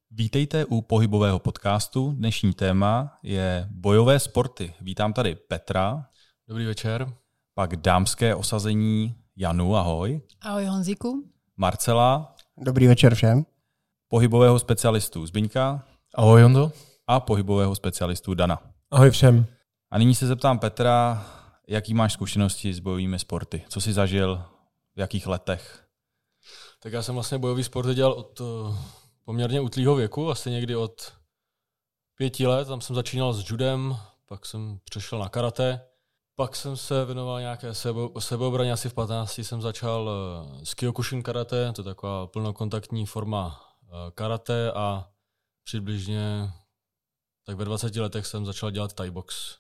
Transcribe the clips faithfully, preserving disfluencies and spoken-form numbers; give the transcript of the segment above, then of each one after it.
Vítejte u pohybového podcastu. Dnešní téma je bojové sporty. Vítám tady Petra. Dobrý večer. Pak dámské osazení Janu, ahoj. Ahoj Honzíku. Marcela. Dobrý večer všem. Pohybového specialistu Zbyňka. Ahoj Jondo. A pohybového specialistu Dana. Ahoj všem. A nyní se zeptám Petra, jaký máš zkušenosti s bojovými sporty? Co jsi zažil, v jakých letech? Tak já jsem vlastně bojový sport dělal od uh, poměrně útlýho věku, asi někdy od pěti let. Tam jsem začínal s judem, pak jsem přešel na karate, pak jsem se věnoval nějaké sebe, sebeobraně, asi v patnácti jsem začal uh, s Kyokushin karate, to je taková plnokontaktní forma uh, karate a přibližně tak ve dvaceti letech jsem začal dělat Thai box.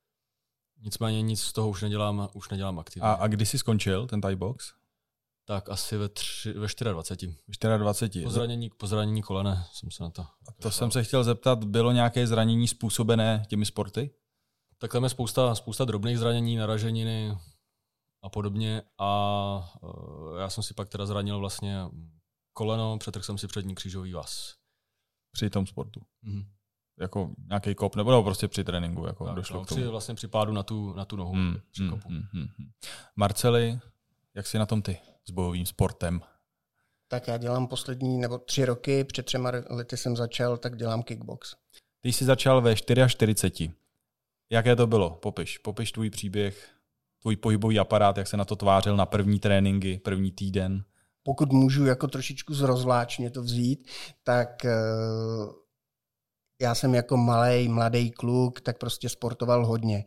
Nicméně nic z toho už nedělám, už nedělám aktivně. A, a kdy jsi skončil ten Thai box? Tak asi ve, tři, ve dvaceti čtyři. ve dvaceti čtyři. Po zranění, po zranění kolene jsem se na to. A to jsem se chtěl zeptat, bylo nějaké zranění způsobené těmi sporty? Tak tam je spousta, spousta drobných zranění, naraženiny a podobně. A uh, já jsem si pak teda zranil vlastně koleno, přetrhl jsem si přední křížový vaz. Při tom sportu? Mhm. Jako nějaký kop, nebo prostě při tréninku? Jako tak, došlo no, k tomu? Při, vlastně při pádu na tu, na tu nohu. Hmm, při hmm, kopu. hmm, hmm. Marceli, jak jsi na tom ty s bojovým sportem? Tak já dělám poslední, nebo tři roky, před třema lety jsem začal, tak dělám kickbox. Ty jsi začal ve čtyřiceti čtyři. Jaké to bylo? Popiš. Popiš tvůj příběh, tvůj pohybový aparát, jak se na to tvářil na první tréninky, první týden. Pokud můžu jako trošičku zrozvláčně to vzít, tak uh, já jsem jako malej, mladý kluk, tak prostě sportoval hodně.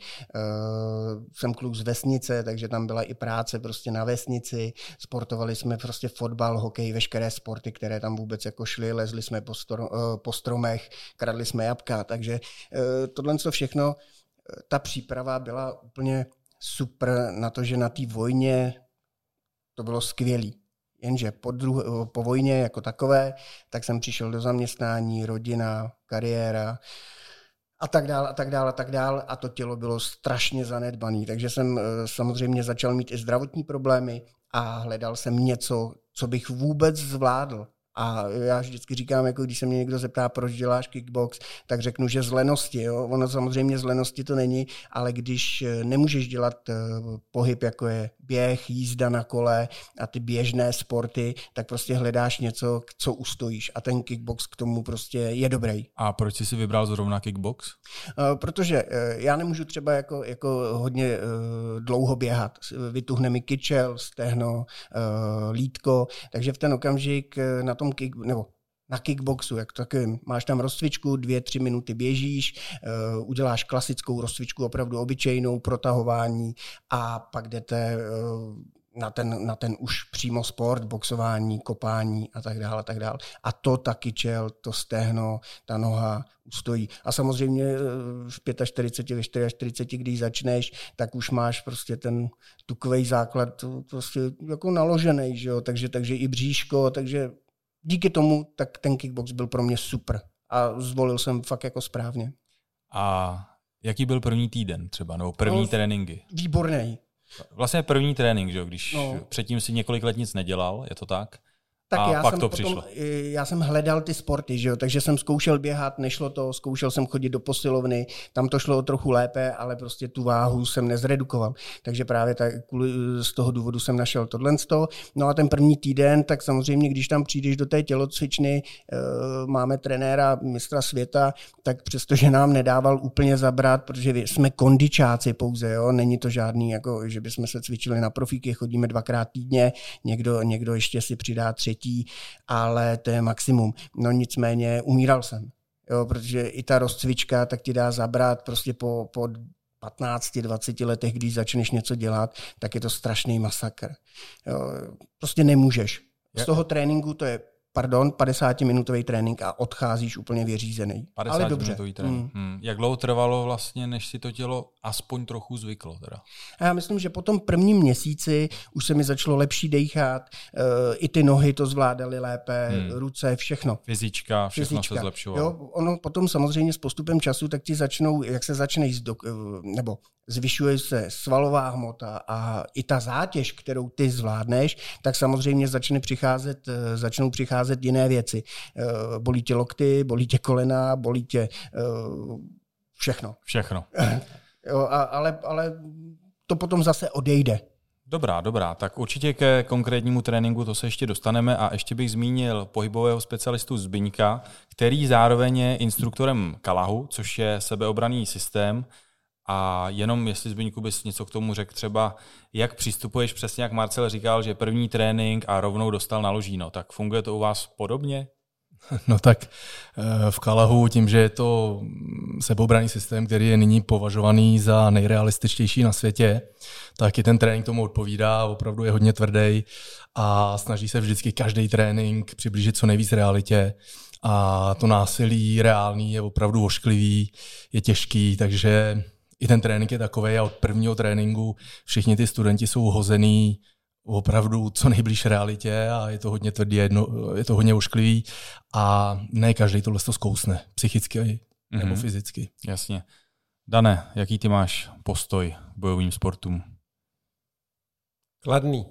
Uh, jsem kluk z vesnice, takže tam byla i práce prostě na vesnici. Sportovali jsme prostě fotbal, hokej, veškeré sporty, které tam vůbec jako šly. Lezli jsme po, stro, uh, po stromech, kradli jsme jabka. Takže uh, tohle co všechno, uh, ta příprava byla úplně super na to, že na té vojně to bylo skvělý. Jenže po, druh- po vojně jako takové, tak jsem přišel do zaměstnání, rodina, kariéra a tak dál a tak dál a tak dál a to tělo bylo strašně zanedbané. Takže jsem samozřejmě začal mít i zdravotní problémy a hledal jsem něco, co bych vůbec zvládl. A já vždycky říkám, jako když se mě někdo zeptá, proč děláš kickbox, tak řeknu, že z lenosti. Jo? Ono samozřejmě z lenosti to není, ale když nemůžeš dělat pohyb, jako je běh, jízda na kole a ty běžné sporty, tak prostě hledáš něco, co ustojíš. A ten kickbox k tomu prostě je dobrý. A proč jsi si vybral zrovna kickbox? Protože já nemůžu třeba jako, jako hodně dlouho běhat. Vytuhne mi kyčel, stehno, lítko, takže v ten okamžik na tom kick, nebo na kickboxu, jak to takovým, máš tam rozcvičku, dvě, tři minuty běžíš, uh, uděláš klasickou rozcvičku, opravdu obyčejnou, protahování a pak jdete uh, na ten, na ten už přímo sport, boxování, kopání a tak dále a tak dále. A to ta kyčel, to stehno, ta noha ustojí. A samozřejmě v čtyřiceti pěti, ve čtyřiceti čtyři, když začneš, tak už máš prostě ten tukový základ prostě jako naložený, že jo? Takže, takže i bříško, takže díky tomu tak ten kickbox byl pro mě super. A zvolil jsem fakt jako správně. A jaký byl první týden třeba, nebo první no, tréninky? Výborný. Vlastně první trénink, že jo, když no. předtím si několik let nic nedělal, je to tak? Tak a já pak jsem to potom, přišlo. Já jsem hledal ty sporty, že jo? Takže jsem zkoušel běhat, nešlo to, zkoušel jsem chodit do posilovny, tam to šlo o trochu lépe, ale prostě tu váhu jsem nezredukoval. Takže právě tak, z toho důvodu jsem našel tohle. No a ten první týden, tak samozřejmě, když tam přijdeš do té tělocvičny, máme trenéra mistra světa, tak přestože nám nedával úplně zabrat, protože jsme kondičáci pouze, jo? Není to žádný, jako, že bychom se cvičili na profíky, chodíme dvakrát týdně, někdo, někdo ještě si přidá třetí, ale to je maximum. No nicméně umíral jsem, jo, protože i ta rozcvička tak ti dá zabrat prostě po, po patnácti dvaceti letech, když začneš něco dělat, tak je to strašný masakr. Jo, prostě nemůžeš. Z toho tréninku to je pardon, padesátiminutový trénink a odcházíš úplně vyřízený. Ale dobře. Trénink. Hmm. Hmm. Jak dlouho trvalo vlastně, než si to tělo aspoň trochu zvyklo? Teda? A já myslím, že po tom prvním měsíci už se mi začalo lepší dejchat, uh, i ty nohy to zvládaly lépe, hmm. ruce, všechno. Fyzička, všechno Fyzička. se zlepšovalo. Jo, ono potom samozřejmě s postupem času, tak ti začnou, jak se začneš, zdok- nebo zvyšuje se svalová hmota a i ta zátěž, kterou ty zvládneš, tak samozřejmě začne přicházet, začnou přicházet házet jiné věci. Bolí tě lokty, bolí tě kolena, bolí tě všechno. Všechno. Jo, a, ale, ale to potom zase odejde. Dobrá, dobrá. Tak určitě ke konkrétnímu tréninku to se ještě dostaneme a ještě bych zmínil pohybového specialistu Zbyňka, který zároveň je instruktorem Kalahu, což je sebeobranný systém. A jenom jestli, Zbyňku, bys něco k tomu řekl, třeba jak přistupuješ, přesně jak Marcel říkal, že první trénink a rovnou dostal na ložíno. Tak funguje to u vás podobně? No tak v Kalahu, tím, že je to sebeobranný systém, který je nyní považovaný za nejrealističtější na světě, tak i ten trénink tomu odpovídá, opravdu je hodně tvrdý a snaží se vždycky každý trénink přiblížit co nejvíc realitě. A to násilí reálný je opravdu ošklivý, je těžký, takže i ten trénink je takovej a od prvního tréninku všichni ty studenti jsou hozený opravdu co nejblíž realitě a je to hodně tvrdý, je, je to hodně ošklivý a ne každý tohle to zkousne, psychicky nebo mm-hmm. fyzicky. Jasně. Dane, jaký ty máš postoj k bojovým sportům? Kladný.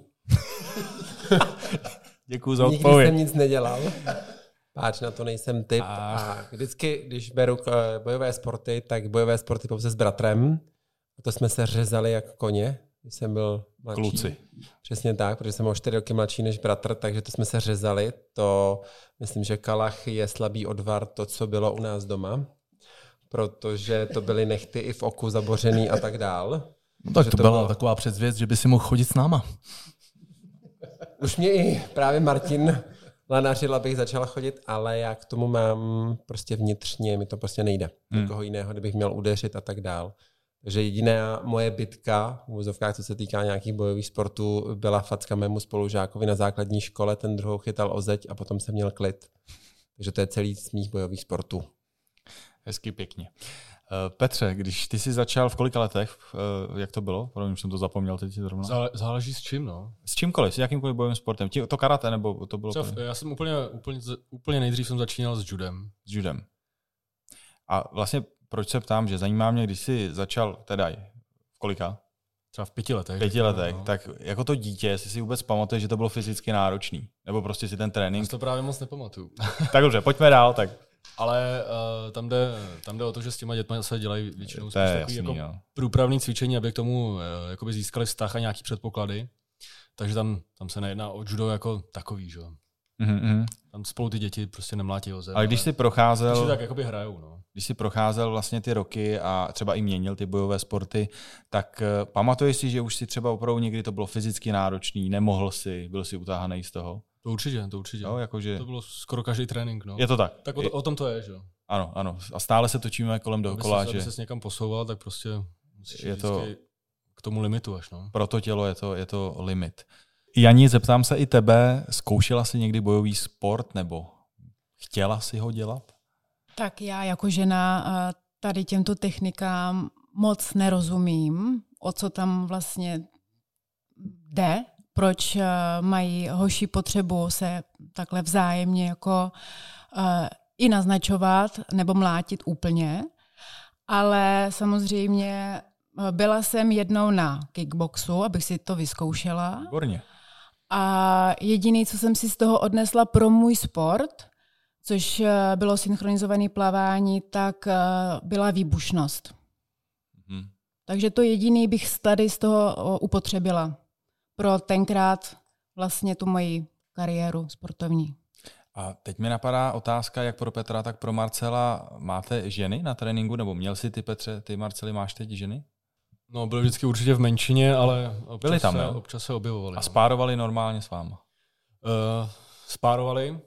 Děkuju za odpověď. Nikdy jsem nic nedělal. Páč, na to nejsem typ. A vždycky, když beru bojové sporty, tak bojové sporty pouze s bratrem. A to jsme se řezali jako koně, když jsem byl mladší. Kluci. Přesně tak, protože jsem o čtyři roky mladší než bratr, takže to jsme se řezali. To, myslím, že Kalach je slabý odvar to, co bylo u nás doma, protože to byly nechty i v oku zabořený a tak dál. No tak to, to byla bylo... taková předzvěst, že by si mohl chodit s náma. Už mě i právě Martin lanařil, abych začala chodit, ale já k tomu mám prostě vnitřně, mi to prostě nejde. Hmm. Někoho jiného, kdybych měl udeřit a tak dál. Takže jediná moje bitka, v úvozovkách, co se týká nějakých bojových sportů, byla facka mému spolužákovi na základní škole, ten druhou chytal o zeď a potom jsem měl klid. Takže to je celý z mých bojových sportů. Hezky, pěkně. Petře, když ty jsi začal v kolika letech, jak to bylo? Protože jsem to zapomněl teď zrovna. Zále, záleží s čím, no. S čímkoliv, s jakýmkoliv bojovým sportem. To karate, nebo to bylo? Co, já jsem úplně, úplně, úplně nejdřív jsem začínal s judem. S judem. A vlastně proč se ptám, že zajímá mě, když jsi začal, teda v kolika? Třeba v pěti letech. Pěti letech, no. Tak jako to dítě, jestli si vůbec pamatuješ, že to bylo fyzicky náročný? Nebo prostě si ten trénink... Já to právě moc nepamatuju. Tak dobře, pojďme dál, tak... Ale uh, tam, jde, tam jde o to, že s těma dětma se dělají většinou spíš takový jasný, jako průpravný cvičení, aby k tomu uh, jakoby získali vztah a nějaký předpoklady. Takže tam, tam se nejedná o judo jako takový, že? Mm-hmm. Tam spolu ty děti prostě nemlátí o zem. Ale když jsi procházel... Když si tak jakoby hrajou, no. Když jsi procházel vlastně ty roky a třeba i měnil ty bojové sporty, tak uh, pamatuješ si, že už si třeba opravdu někdy to bylo fyzicky náročný, nemohl si, byl si utáhaný z toho? To určitě, to určitě. Jo, jakože... To bylo skoro každý trénink, no. Je to tak? Tak o, to, o tom to je, že jo. Ano, ano. A stále se točíme kolem dokola, že... že... Aby ses někam posouval, tak prostě musíš je to... k tomu limitu až, no. Pro to tělo je to, je to limit. Jani, zeptám se i tebe, zkoušela jsi někdy bojový sport, nebo chtěla si ho dělat? Tak já jako žena tady těmto technikám moc nerozumím, o co tam vlastně jde, proč mají hoši potřebu se takhle vzájemně jako i naznačovat nebo mlátit úplně. Ale samozřejmě byla jsem jednou na kickboxu, abych si to vyzkoušela. Výborně. A jediné, co jsem si z toho odnesla pro můj sport, což bylo synchronizované plavání, tak byla výbušnost. Hmm. Takže to jediné bych tady z toho upotřebila pro tenkrát vlastně tu moji kariéru sportovní. A teď mi napadá otázka, jak pro Petra, tak pro Marcela. Máte ženy na tréninku, nebo měl jsi ty, Petře, ty Marceli, máš teď ženy? No, byly vždycky určitě v menšině, ale občas, byli tam, se, jo? občas se objevovali. A spárovali normálně s váma? Uh, spárovali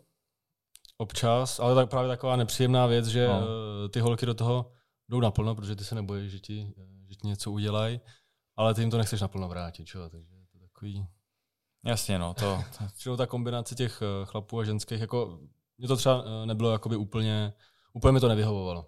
občas, ale tak právě taková nepříjemná věc, že no. uh, ty holky do toho jdou naplno, protože ty se nebojíš, že ti, že ti něco udělají, ale ty jim to nechceš naplno vrátit, čo? Takže je to takový... Jasně, no, to... Třeba ta kombinace těch chlapů a ženských, jako mě to třeba nebylo jakoby úplně, úplně mi to nevyhovovalo.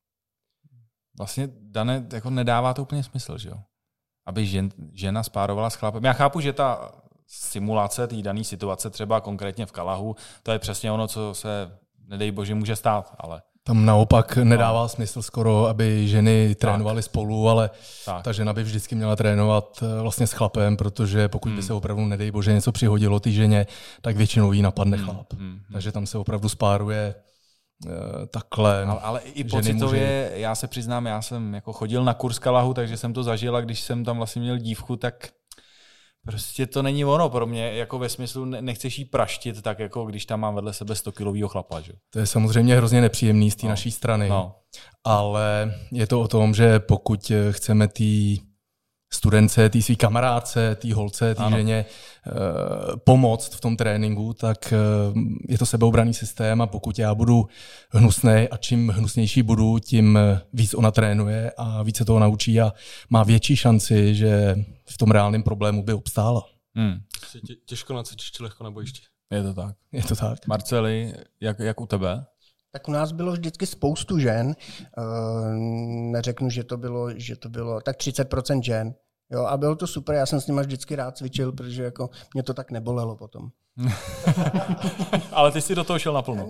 Vlastně, Dane, jako nedává to úplně smysl, že jo? Aby žen, žena spárovala s chlapem. Já chápu, že ta simulace té dané situace, třeba konkrétně v Kalahu, to je přesně ono, co se, nedej bože, může stát, ale... Tam naopak nedává no. smysl skoro, aby ženy trénovaly spolu, ale tak. ta žena by vždycky měla trénovat vlastně s chlapem, protože pokud hmm. by se opravdu, nedej bože, něco přihodilo ty ženě, tak většinou jí napadne hmm. chlap. Hmm. Takže tam se opravdu spáruje uh, takhle. Ale, ale i pocitově, já se přiznám, já jsem jako chodil na kurz Kalahu, takže jsem to zažil a když jsem tam vlastně měl dívku, tak prostě to není ono pro mě, jako ve smyslu nechceš jí praštit, tak jako když tam mám vedle sebe sto kilovýho chlapa. Že? To je samozřejmě hrozně nepříjemný z té no. naší strany, no. ale je to o tom, že pokud chceme tý studence, tý svý kamarádce, tý holce, tý ano. ženě eh, pomoct v tom tréninku, tak eh, je to sebeobranný systém a pokud já budu hnusnej a čím hnusnější budu, tím víc ona trénuje a více toho naučí a má větší šanci, že v tom reálném problému by obstála. Hmm. Tě, těžko na cvičišti, lehko na bojišti. Je to tak. Je to tak. Marceli, jak, jak u tebe? Tak u nás bylo vždycky spoustu žen. Neřeknu, že to bylo, že to bylo tak třicet procent žen. Jo, a bylo to super, já jsem s nimi vždycky rád cvičil, protože jako mě to tak nebolelo potom. Ale ty jsi do toho šel naplno.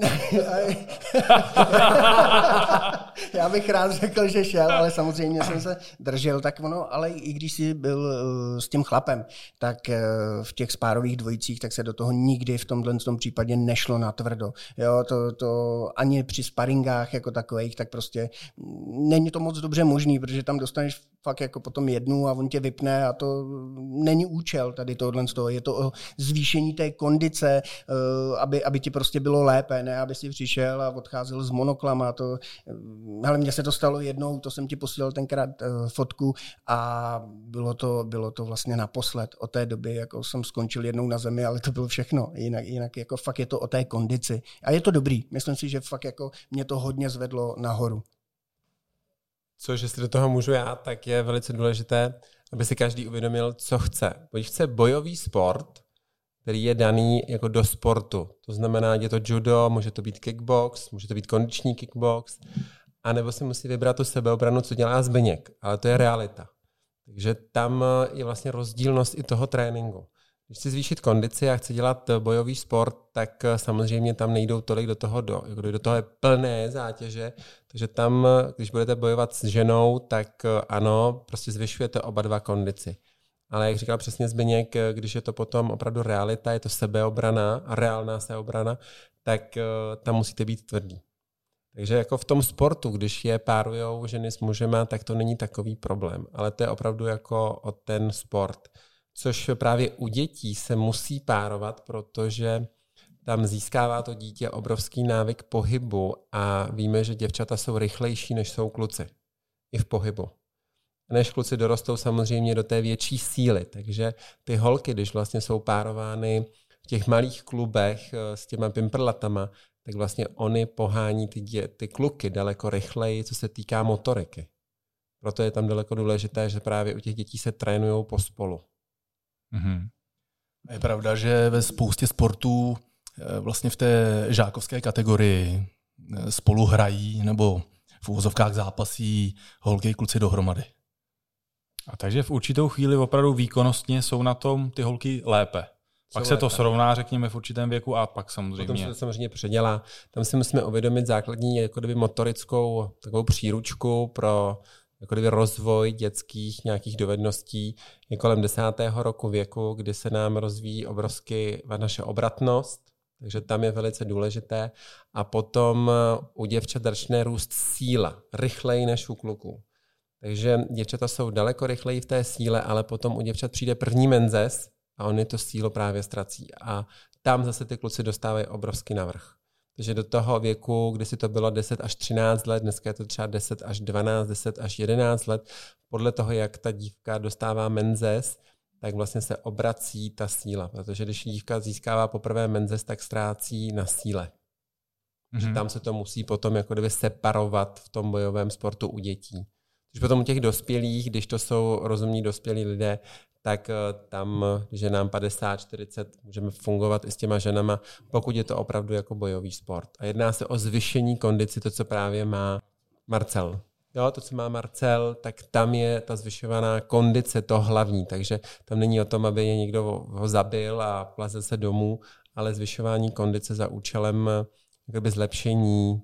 Já bych rád řekl, že šel, ale samozřejmě jsem se držel, tak ono, ale i když jsi byl uh, s tím chlapem, tak uh, v těch spárových dvojicích, tak se do toho nikdy v tomhle tom případě nešlo natvrdo. Jo, to, to ani při sparingách jako takových, tak prostě není to moc dobře možný, protože tam dostaneš fakt jako potom jednu a on tě vypne a to není účel tady tohle z toho. Je to o zvýšení té kondice, aby, aby ti prostě bylo lépe, ne aby si přišel a odcházel s monoklama. To, hele, mně se to stalo jednou, to jsem ti posílal tenkrát fotku a bylo to, bylo to vlastně naposled. Od té doby jako jsem skončil jednou na zemi, ale to bylo všechno. Jinak, jinak jako fakt je to o té kondici. A je to dobrý. Myslím si, že fakt jako mě to hodně zvedlo nahoru. Což, jestli do toho můžu já, tak je velice důležité, aby si každý uvědomil, co chce. Když chce bojový sport, který je daný jako do sportu. To znamená, je to judo, může to být kickbox, může to být kondiční kickbox, anebo si musí vybrat tu sebeobranu, co dělá Zbyněk. Ale to je realita. Takže tam je vlastně rozdílnost i toho tréninku. Když chci zvýšit kondici a chci dělat bojový sport, tak samozřejmě tam nejdou tolik do toho, do, jako do toho je plné zátěže, takže tam, když budete bojovat s ženou, tak ano, prostě zvyšujete oba dva kondici. Ale jak říkal přesně Zbyněk, když je to potom opravdu realita, je to sebeobrana a reálná sebeobrana, tak tam musíte být tvrdý. Takže jako v tom sportu, když je párujou ženy s mužema, tak to není takový problém. Ale to je opravdu jako o ten sport. Což právě u dětí se musí párovat, protože tam získává to dítě obrovský návyk pohybu a víme, že děvčata jsou rychlejší, než jsou kluci. I v pohybu. Než kluci dorostou samozřejmě do té větší síly. Takže ty holky, když vlastně jsou párovány v těch malých klubech s těma pimprlatama, tak vlastně oni pohání ty, dě, ty kluky daleko rychleji, co se týká motoriky. Proto je tam daleko důležité, že právě u těch dětí se trénujou pospolu. Mm-hmm. Je pravda, že ve spoustě sportů vlastně v té žákovské kategorii spolu hrají nebo v uvozovkách zápasí holky i kluci dohromady. A takže v určitou chvíli opravdu výkonnostně jsou na tom ty holky lépe. Pak jsou se lépe. To srovná, řekněme, v určitém věku a pak samozřejmě. Potom se to samozřejmě předělá. Tam si musíme uvědomit základní jako kdyby motorickou takovou příručku pro jako kdyby rozvoj dětských nějakých dovedností je kolem desátého roku věku, kdy se nám rozvíjí obrovsky naše obratnost, takže tam je velice důležité. A potom u děvčat začne růst síla, rychleji než u kluků. Takže děvčata jsou daleko rychleji v té síle, ale potom u děvčat přijde první menzes a oni to sílu právě ztrací. A tam zase ty kluci dostávají obrovský navrch. Takže do toho věku, kdy si to bylo deset až třináct let, dneska je to třeba deset až dvanáct, deset až jedenáct let, podle toho, jak ta dívka dostává menzes, tak vlastně se obrací ta síla. Protože když dívka získává poprvé menzes, tak ztrácí na síle. Mm-hmm. Tam se to musí potom jako kdyby separovat v tom bojovém sportu u dětí. Když potom u těch dospělých, když to jsou rozumní dospělí lidé, tak tam, když je nám padesát čtyřicet, můžeme fungovat i s těma ženama, pokud je to opravdu jako bojový sport. A jedná se o zvyšení kondici, to, co právě má Marcel. Jo, to, co má Marcel, tak tam je ta zvyšovaná kondice to hlavní, takže tam není o tom, aby je někdo ho zabil a plazil se domů, ale zvyšování kondice za účelem jakoby zlepšení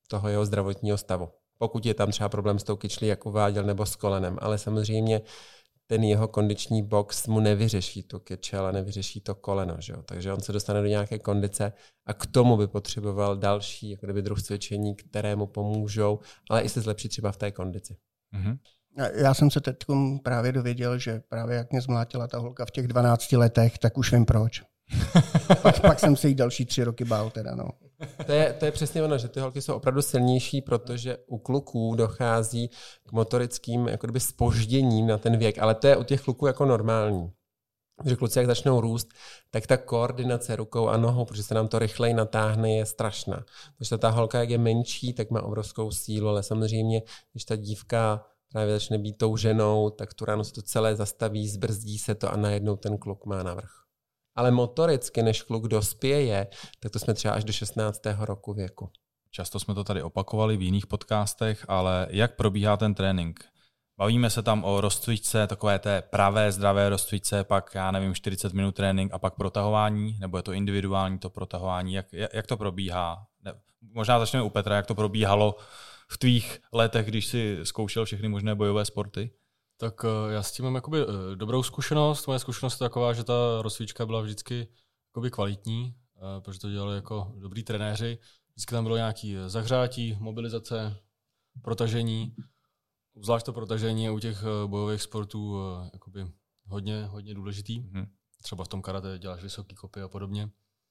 toho jeho zdravotního stavu. Pokud je tam třeba problém s tou kyčlí, jak uváděl, nebo s kolenem. Ale samozřejmě ten jeho kondiční box mu nevyřeší tu kyčel a nevyřeší to koleno. Že jo? Takže on se dostane do nějaké kondice a k tomu by potřeboval další jako kdyby druh cvičení, které mu pomůžou, ale i se zlepšit třeba v té kondici. Mm-hmm. Já jsem se teď právě dověděl, že právě jak mě zmlátila ta holka v těch dvanácti letech, tak už vím proč. pak, pak jsem se jí další tři roky bál teda, no. To je, to je přesně ono, že ty holky jsou opravdu silnější, protože u kluků dochází k motorickým jako kdyby zpožděním na ten věk, ale to je u těch kluků jako normální. Že kluci, jak začnou růst, tak ta koordinace rukou a nohou, protože se nám to rychleji natáhne, je strašná. Takže ta holka, jak je menší, tak má obrovskou sílu, ale samozřejmě, když ta dívka právě začne být tou ženou, tak tu ráno se to celé zastaví, zbrzdí se to a najednou ten kluk má navrch. Ale motoricky, než kluk dospěje, tak to jsme třeba až do šestnáctého roku věku. Často jsme to tady opakovali v jiných podcastech, ale jak probíhá ten trénink? Bavíme se tam o rozcvičce, takové té pravé, zdravé rozcvičce, pak já nevím, čtyřicet minut trénink a pak protahování, nebo je to individuální to protahování? Jak, jak to probíhá? Ne, možná začneme u Petra, jak to probíhalo v tvých letech, když jsi zkoušel všechny možné bojové sporty? Tak já s tím mám jakoby dobrou zkušenost. Moje zkušenost je taková, že ta rozcvička byla vždycky jakoby kvalitní, protože to dělali jako dobrý trenéři. Vždycky tam bylo nějaké zahřátí, mobilizace, protažení. Zvlášť to protažení je u těch bojových sportů jakoby hodně, hodně důležitý. Mm. Třeba v tom karate děláš vysoký kopy a podobně.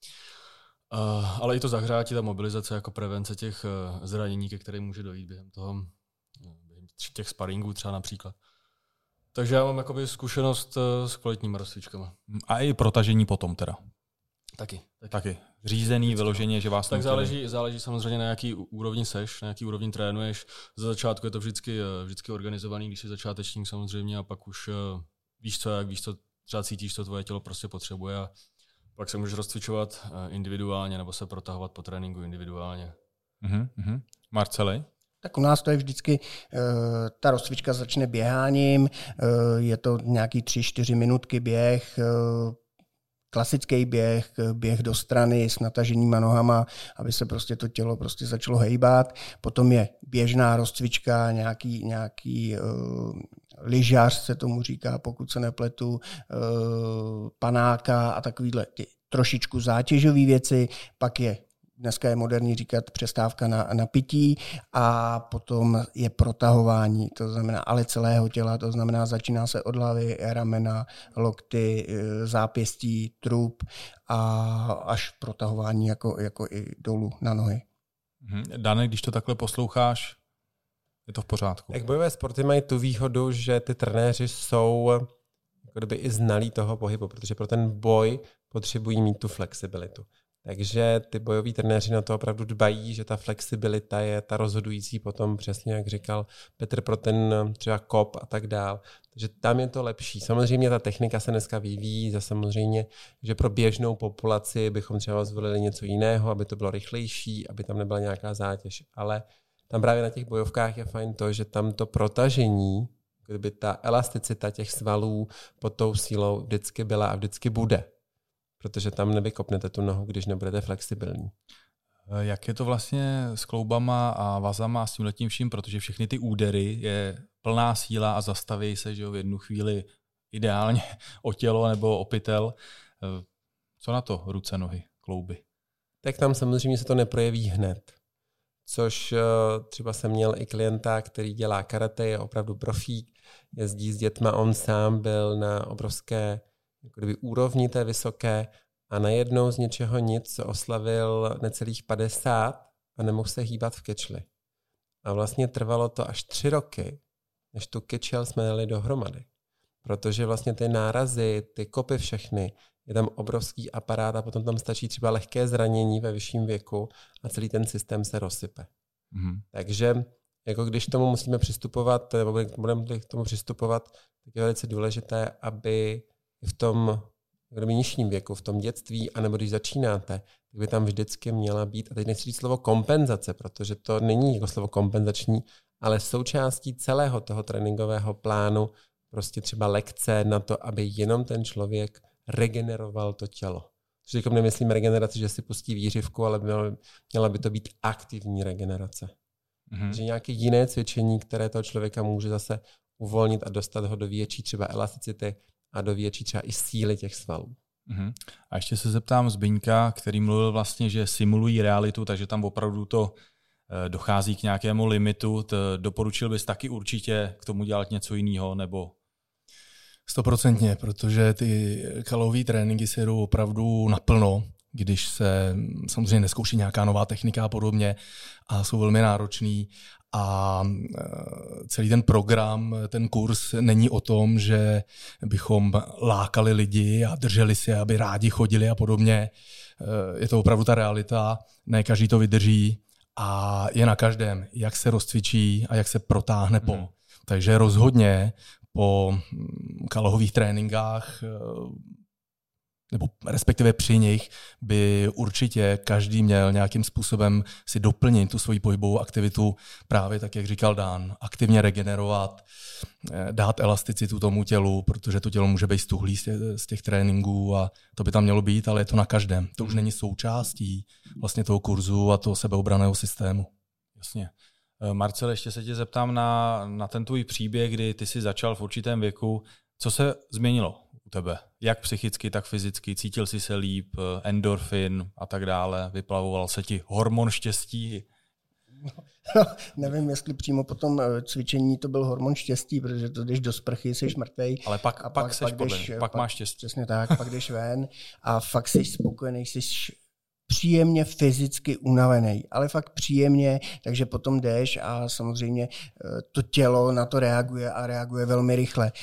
Uh, ale i to zahřátí, ta mobilizace jako prevence těch uh, zranění, ke kterým může dojít během toho, během těch sparingů třeba například. Takže já mám jakoby zkušenost uh, s kvalitníma rozcvičkama. A i protažení potom teda? Taky. Taky. Taky. Řízený, vyloženě, že vás... Tak záleží, záleží samozřejmě na jaký úrovni seš, na jaký úrovni trénuješ. Za začátku je to vždycky, vždycky organizovaný, když jsi začátečník samozřejmě a pak už uh, víš co, jak víš co, třeba cítíš, co tvoje tělo prostě potřebuje a pak se můžeš rozcvičovat individuálně nebo se protahovat po tréninku individuálně. Mm-hmm. Marceli? Tak u nás to je vždycky, uh, ta rozcvička začne běháním, uh, je to nějaký tři čtyři minutky běh, uh, klasický běh, běh do strany s nataženýma nohama, aby se prostě to tělo prostě začalo hejbat. Potom je běžná rozcvička, nějaký, nějaký uh, lyžař se tomu říká, pokud se nepletu, uh, panáka a takovýhle ty trošičku zátěžové věci. Pak je, dneska je moderní říkat přestávka na, na pití a potom je protahování, to znamená ale celého těla, to znamená začíná se od hlavy, ramena, lokty, zápěstí, trup a až protahování jako, jako i dolů na nohy. Dane, když to takhle posloucháš, je to v pořádku. Tak bojové sporty mají tu výhodu, že ty trenéři jsou jako kdyby i znalí toho pohybu, protože pro ten boj potřebují mít tu flexibilitu. Takže ty bojoví trenéři na to opravdu dbají, že ta flexibilita je ta rozhodující potom, přesně jak říkal Petr, pro ten třeba kop a tak dál. Takže tam je to lepší. Samozřejmě ta technika se dneska vyvíjí, za samozřejmě, že pro běžnou populaci bychom třeba zvolili něco jiného, aby to bylo rychlejší, aby tam nebyla nějaká zátěž. Ale tam právě na těch bojovkách je fajn to, že tam to protažení, kdyby ta elasticita těch svalů pod tou sílou vždycky byla a vždycky bude. Protože tam nevykopnete tu nohu, když nebudete flexibilní. Jak je to vlastně s kloubama a vazama a s tímhletím vším, protože všechny ty údery je plná síla a zastaví se, že jo, v jednu chvíli ideálně o tělo nebo o pytel. Co na to ruce, nohy, klouby? Tak tam samozřejmě se to neprojeví hned. Což třeba jsem měl i klienta, který dělá karate, je opravdu profík, jezdí s dětma, on sám byl na obrovské jako kdyby úrovni té vysoké a najednou z něčeho nic oslavil necelých padesát a nemohl se hýbat v kečli. A vlastně trvalo to až tři roky, než tu kečel jsme dali dohromady. Protože vlastně ty nárazy, ty kopy všechny, je tam obrovský aparát a potom tam stačí třeba lehké zranění ve vyšším věku a celý ten systém se rozsype. Mm-hmm. Takže jako když tomu musíme přistupovat, nebo budeme k tomu přistupovat, tak je velice důležité, aby v tom kdyby nižším věku, v tom dětství, anebo když začínáte, tak by tam vždycky měla být, a teď nechci říct slovo kompenzace, protože to není jako slovo kompenzační, ale součástí celého toho tréninkového plánu prostě třeba lekce na to, aby jenom ten člověk regeneroval to tělo. Říkám, nemyslím regeneraci, že si pustí výřivku, ale měla by to být aktivní regenerace. Mm-hmm. Že nějaké jiné cvičení, které toho člověka může zase uvolnit a dostat ho do větší třeba elasticity a do větší třeba i síly těch svalů. Mm-hmm. A ještě se zeptám Zbyňka, který mluvil vlastně, že simulují realitu, takže tam opravdu to dochází k nějakému limitu. Doporučil bys taky určitě k tomu dělat něco jiného, nebo? Stoprocentně, protože ty kalohové tréninky se jdou opravdu naplno, když se samozřejmě neskouší nějaká nová technika a podobně a jsou velmi náročný. A celý ten program, ten kurz není o tom, že bychom lákali lidi a drželi si, aby rádi chodili a podobně. Je to opravdu ta realita, ne každý to vydrží a je na každém, jak se rozcvičí a jak se protáhne po. Hmm. Takže rozhodně po kalohových tréninkách, nebo respektive při nich, by určitě každý měl nějakým způsobem si doplnit tu svoji pohybovou aktivitu právě tak, jak říkal Dan, aktivně regenerovat, dát elasticitu tomu tělu, protože to tělo může být stuhlý z těch tréninků a to by tam mělo být, ale je to na každém. To už není součástí vlastně toho kurzu a toho sebeobranného systému. Jasně. Marcel, ještě se tě zeptám na, na ten tvůj příběh, kdy ty jsi začal v určitém věku. Co se změnilo u tebe? Jak psychicky, tak fyzicky? Cítil jsi se líp, endorfin a tak dále? Vyplavoval se ti hormon štěstí? No, nevím, jestli přímo po tom cvičení to byl hormon štěstí, protože to jdeš do sprchy, jsi mrtvej. Ale pak, a pak, pak, seš podle, jdeš, pak, pak máš štěstí. Přesně tak, pak jdeš ven a fakt jsi spokojený, jsi příjemně fyzicky unavený, ale fakt příjemně, takže potom jdeš a samozřejmě to tělo na to reaguje a reaguje velmi rychle.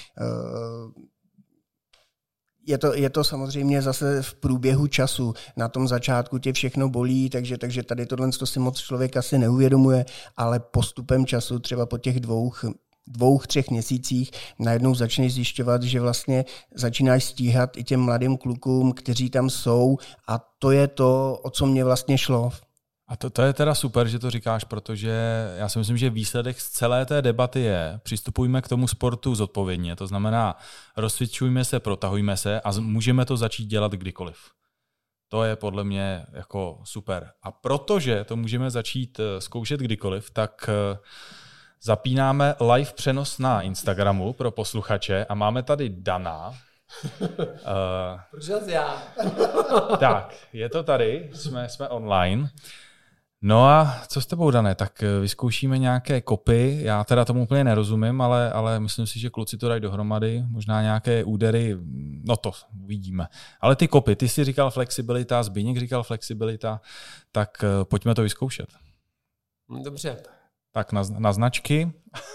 Je to, je to samozřejmě zase v průběhu času. Na tom začátku tě všechno bolí, takže, takže tady tohle si moc člověk asi neuvědomuje, ale postupem času, třeba po těch dvou dvou, třech měsících najednou začneš zjišťovat, že vlastně začínáš stíhat i těm mladým klukům, kteří tam jsou a to je to, o co mě vlastně šlo. A to, to je teda super, že to říkáš, protože já si myslím, že výsledek z celé té debaty je, přistupujme k tomu sportu zodpovědně, to znamená rozcvičujme se, protahujme se a můžeme to začít dělat kdykoliv. To je podle mě jako super. A protože to můžeme začít zkoušet kdykoliv, tak zapínáme live přenos na Instagramu pro posluchače a máme tady Dana. uh, Proč já? Tak, je to tady, jsme, jsme online. No a co s tebou, Dané? Tak vyzkoušíme nějaké kopy. Já teda tomu úplně nerozumím, ale, ale myslím si, že kluci to dají dohromady. Možná nějaké údery, no to uvidíme. Ale ty kopy, ty jsi říkal flexibilita, Zbyněk říkal flexibilita, tak pojďme to vyzkoušet. Dobře. Tak na, na značky.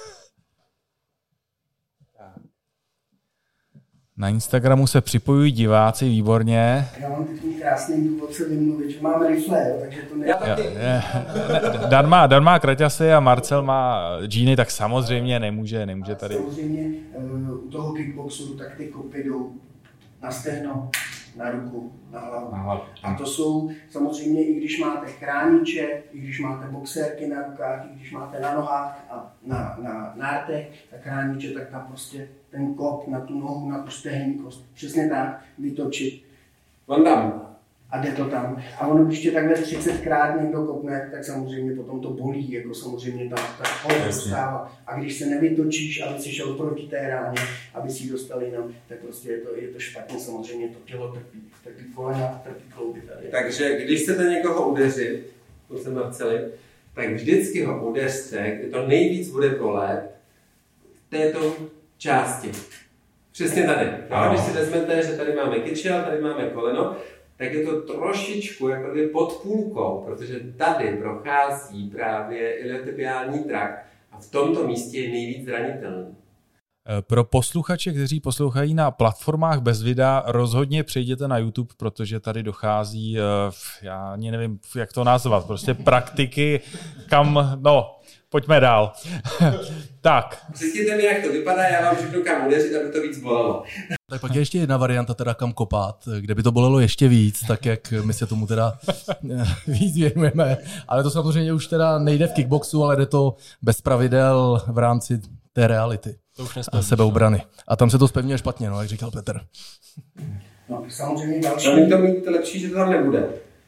Na Instagramu se připojují diváci, výborně. Já mám takový krásný důvod se vymluvit, že máme rifle, jo, takže to ne... Dan má, Dan má kraťasy a Marcel má džíny, tak samozřejmě nemůže, nemůže tady... Samozřejmě u toho kickboxu tak ty kopy jdou na stehno, na ruku, na hlavu. Na hlavu. A to jsou samozřejmě, i když máte chrániče, i když máte boxérky na rukách, i když máte na nohách a na, na nártech, tak chrániče, tak tam prostě ten kop na tu nohu, na tu stehní kost, přesně tak, vytočit. Van Damme. A jde to tam. A ono, když tě takhle třicetkrát někdo kopne, tak samozřejmě potom to bolí, jako samozřejmě ta, ta kola dostává. A když se nevytočíš, aby si šel proti té ráně, aby si ji dostal jinam, tak prostě je to, je to špatně, samozřejmě to tělo trpí. Trpí kolena, trpí klouby tady. Takže když chcete někoho udeřit, to jsem Marceli, tak vždycky ho udeřte, kde to nejvíc bude bolet v této části. Přesně tady. A když si vezmete, že tady máme kyčel, tady máme koleno, tak je to trošičku jako kdyby pod půlkou, protože tady prochází právě iliotibiální trakt a v tomto místě je nejvíc zranitelný. Pro posluchače, kteří poslouchají na platformách bez videa, rozhodně přejděte na YouTube, protože tady dochází, já ani nevím, jak to nazvat, prostě praktiky, kam, no, pojďme dál. Tak. Přesněte mi, jak to vypadá, já vám řeknu, kam udeřit, aby to víc bolelo. Tak pak je ještě jedna varianta, teda kam kopat, kde by to bolelo ještě víc, tak jak my se tomu teda víc věnujeme. Ale to samozřejmě už teda nejde v kickboxu, ale jde to bez pravidel v rámci té reality. To už a sebeobrany. A tam se to zpevňuje špatně, no, jak říkal Petr. No, samozřejmě další... Ale to mít lepší, že to tam nebude.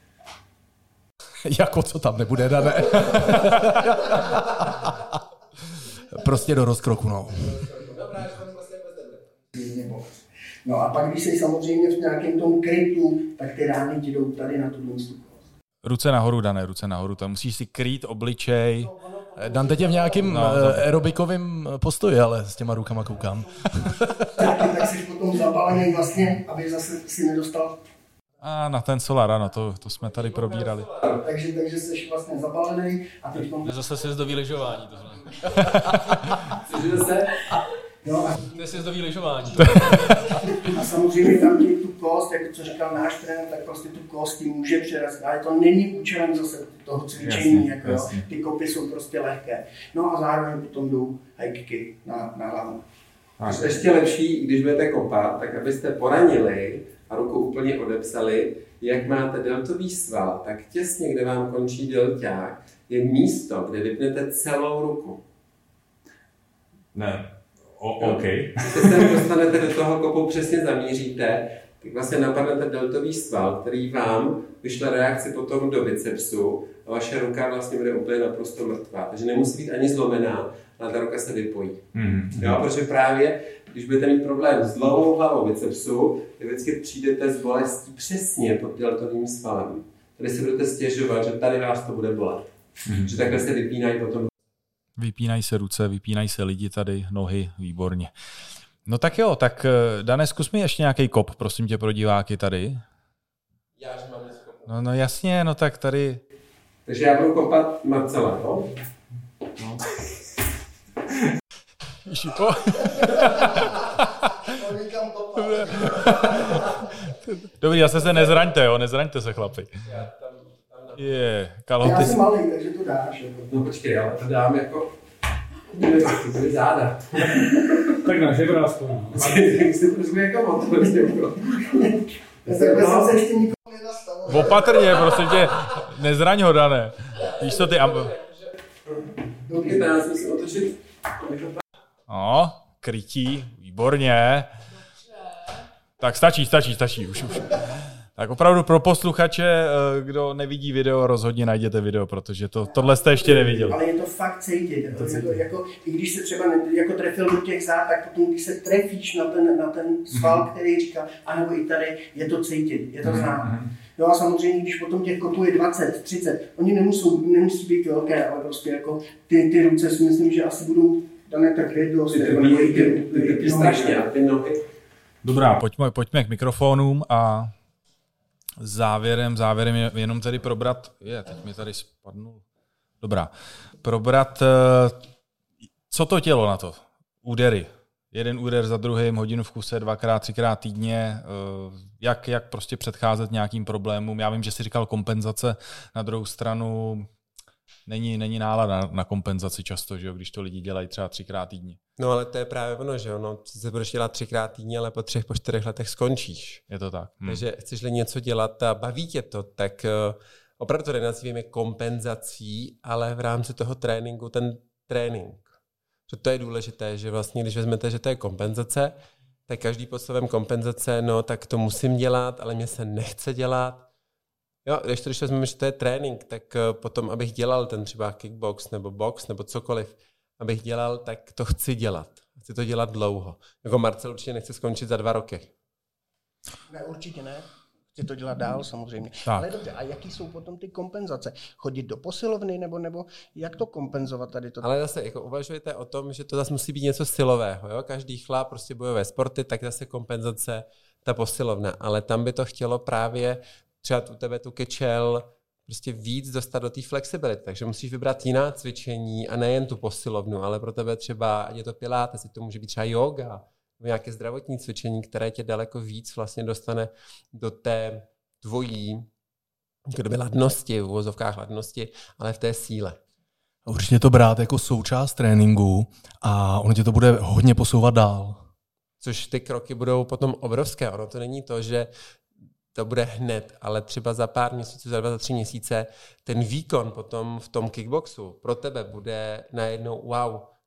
Jako co tam nebude, Dané? Prostě do rozkroku, no. No a pak, když jsi samozřejmě v nějakém tom krytu, tak ty rány ti jdou tady na tu kost. Ruce nahoru, Dané, ruce nahoru. Tam musíš si krýt obličej. Dan teď je v nějakým no, aerobikovým postoji, ale s těma rukama koukám. tak, tak jsi potom zabalený vlastně, aby zase si nedostal... A na ten solar, ano, to, to jsme tady probírali. Takže, takže jsi vlastně zabalený a teď... Zase sjezdový lyžování tohle. Cože zase? No a... To je sjezdový lyžování. A samozřejmě tam ty, tu kost, jako co říkal náš trenér, tak prostě tu kost ti může přerazit, ale to není účelem zase toho cvičení, jasně, jako jasně. Ty kopy jsou prostě lehké. No a zároveň potom jdou high kicky na, na hlavu. Až ještě lepší, když budete kopat, tak abyste poranili a ruku úplně odepsali, jak máte deltový sval, tak těsně, kde vám končí delťák, je místo, kde vypnete celou ruku. Ne. O, OK. Když se sem dostanete do toho kopu, přesně zamíříte, tak vlastně napadnete deltový sval, který vám vyšle reakci potom do bicepsu a vaše ruka vlastně bude úplně naprosto mrtvá. Takže nemusí být ani zlomená, ale ta ruka se vypojí. Mm-hmm. Jo, protože právě, když budete mít problém s dlouhou hlavou bicepsu, tak vždycky přijdete s bolestí přesně pod deltovým svalem. Tady si budete stěžovat, že tady vás to bude bolet. Mm-hmm. Že takhle se vypínají potom. Vypínají se ruce, vypínají se lidi tady, nohy, výborně. No tak jo, tak Dané, zkus mi ještě nějaký kop, prosím tě, pro diváky tady. Já, že mám něco kopu. No, no jasně, no tak tady... Takže já budu kopat Marcela, no? No. Ježipo. Dobrý, zase se nezraňte, jo, nezraňte se, chlapi. Je, kalhoty. Já jsem malý, takže to dáš. Jako. No počkej, já to dám jako... To byly záda. Tak na žebra aspoň. Jsi trošku jako motor. Já jsem se ještě nikomu nedostavoval. Opatrně, prostě tě, nezraň ho, Dané. Víš co ty... Amb... Dobrý, já si musím otočit. No, krytí, výborně. Tak stačí, stačí, stačí, už, už. Tak opravdu pro posluchače, kdo nevidí video, rozhodně najděte video, protože to, tohle jste ještě neviděli. Ale je to fakt cítit. Je to, je to jako, i když se třeba jako trefil do těch zád, tak potom, když se trefíš na ten, na ten sval, mm-hmm. který říká, anebo i tady, je to cítit, je to znát. Mm-hmm. Jo a samozřejmě, když potom těch kopů je dvacet, třicet, oni nemusou, nemusí být velké, ale prostě jako ty, ty ruce si myslím, že asi budou dané tak dost. Ty strašně, ty nohy. Dobrá, pojďme, pojďme k mikrofonům a závěrem, závěrem je jenom tady probrat, je, teď mi tady spadnul, dobrá, probrat, co to tělo na to, údery, jeden úder za druhým, hodinu v kuse, dvakrát, třikrát týdně, jak, jak prostě předcházet nějakým problémům, já vím, že jsi říkal kompenzace, na druhou stranu není, není nálada na kompenzaci často, že jo, když to lidi dělají třeba třikrát týdně. No ale to je právě ono, že jo, no, se budeš dělat třikrát týdně, ale po třech, po čtyřech letech skončíš. Je to tak. Hmm. Takže chceš-li něco dělat a baví tě to, tak uh, opravdu to nenazýváme kompenzací, ale v rámci toho tréninku ten trénink. Že to je důležité, že vlastně, když vezmete, že to je kompenzace, tak každý pod slovem kompenzace, no tak to musím dělat, ale mě se nechce dělat. Jo, když to když vezmeme, že to je trénink, tak uh, potom, abych dělal ten třeba kickbox nebo box nebo cokoliv, abych dělal, tak to chci dělat. Chci to dělat dlouho. Jako Marcel určitě nechce skončit za dva roky. Ne, určitě ne. Chci to dělat dál samozřejmě. Tak. Ale dobře, a jaký jsou potom ty kompenzace? Chodit do posilovny nebo, nebo jak to kompenzovat tady to? Ale zase jako uvažujete o tom, že to zase musí být něco silového. Jo? Každý chlap prostě bojové sporty, tak zase kompenzace ta posilovna. Ale tam by to chtělo právě třeba u tebe tu kečel prostě víc dostat do té flexibility. Takže musíš vybrat jiná cvičení a nejen tu posilovnu, ale pro tebe třeba, ať je to pilates, to může být třeba yoga, nebo nějaké zdravotní cvičení, které tě daleko víc vlastně dostane do té tvojí kdyby ladnosti, v uvozovkách ladnosti, ale v té síle. Určitě to brát jako součást tréninku a ono tě to bude hodně posouvat dál. Což ty kroky budou potom obrovské. Ono to není to, že to bude hned, ale třeba za pár měsíců, za dva, za tři měsíce ten výkon potom v tom kickboxu pro tebe bude najednou wow.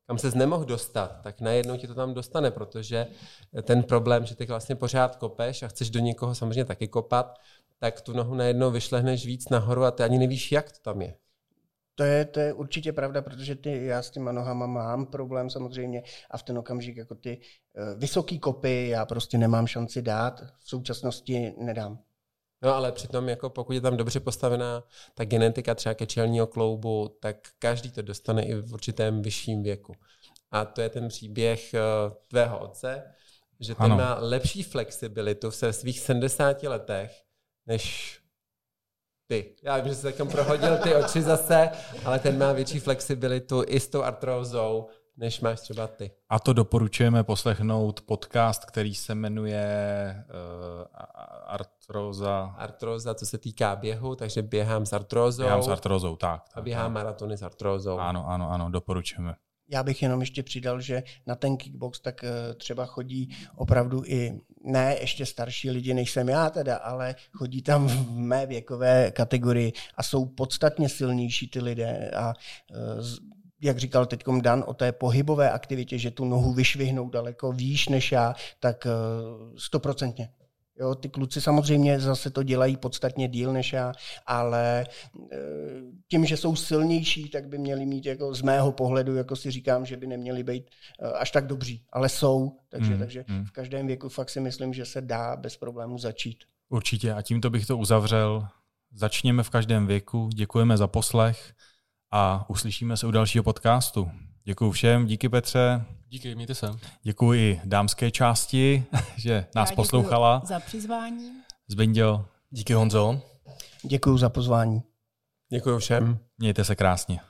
kam se nemohl dostat, tak najednou ti to tam dostane, protože ten problém, že ty vlastně pořád kopeš a chceš do někoho samozřejmě taky kopat, tak tu nohu najednou vyšlehneš víc nahoru a ty ani nevíš, jak to tam je. To je, to je určitě pravda, protože ty, já s těma nohama mám problém samozřejmě a v ten okamžik jako ty uh, vysoký kopy já prostě nemám šanci dát, v současnosti nedám. No ale přitom, jako pokud je tam dobře postavená ta genetika třeba kečelního kloubu, tak každý to dostane i v určitém vyšším věku. A to je ten příběh uh, tvého otce, že ten ano. má lepší flexibilitu v svých sedmdesáti letech, než ty. Já vím, že jsi takým prohodil ty oči zase, ale ten má větší flexibilitu i s tou artrózou, než máš třeba ty. A to doporučujeme poslechnout podcast, který se jmenuje uh, Artróza. Artróza, co se týká běhu, takže běhám s artrózou. Běhám s artrózou, tak. tak a běhám tak. maratony s artrózou. Ano, ano, ano, doporučujeme. Já bych jenom ještě přidal, že na ten kickbox tak třeba chodí opravdu i ne ještě starší lidi, než jsem já teda, ale chodí tam v mé věkové kategorii a jsou podstatně silnější ty lidé a jak říkal teďkom Dan o té pohybové aktivitě, že tu nohu vyšvihnou daleko výš než já, tak stoprocentně. Jo, ty kluci samozřejmě zase to dělají podstatně díl než já, ale tím, že jsou silnější, tak by měli mít jako z mého pohledu, jako si říkám, že by neměli být až tak dobří, ale jsou, takže, mm, takže mm. v každém věku fakt si myslím, že se dá bez problémů začít. Určitě a tímto bych to uzavřel. Začněme v každém věku, děkujeme za poslech a uslyšíme se u dalšího podcastu. Děkuji všem, díky Petře. Díky, mějte se. Děkuji i dámské části, že nás Já poslouchala. Za přizvání. Zbinďo. Díky Honzo. Děkuji za pozvání. Děkuji všem. Mějte se krásně.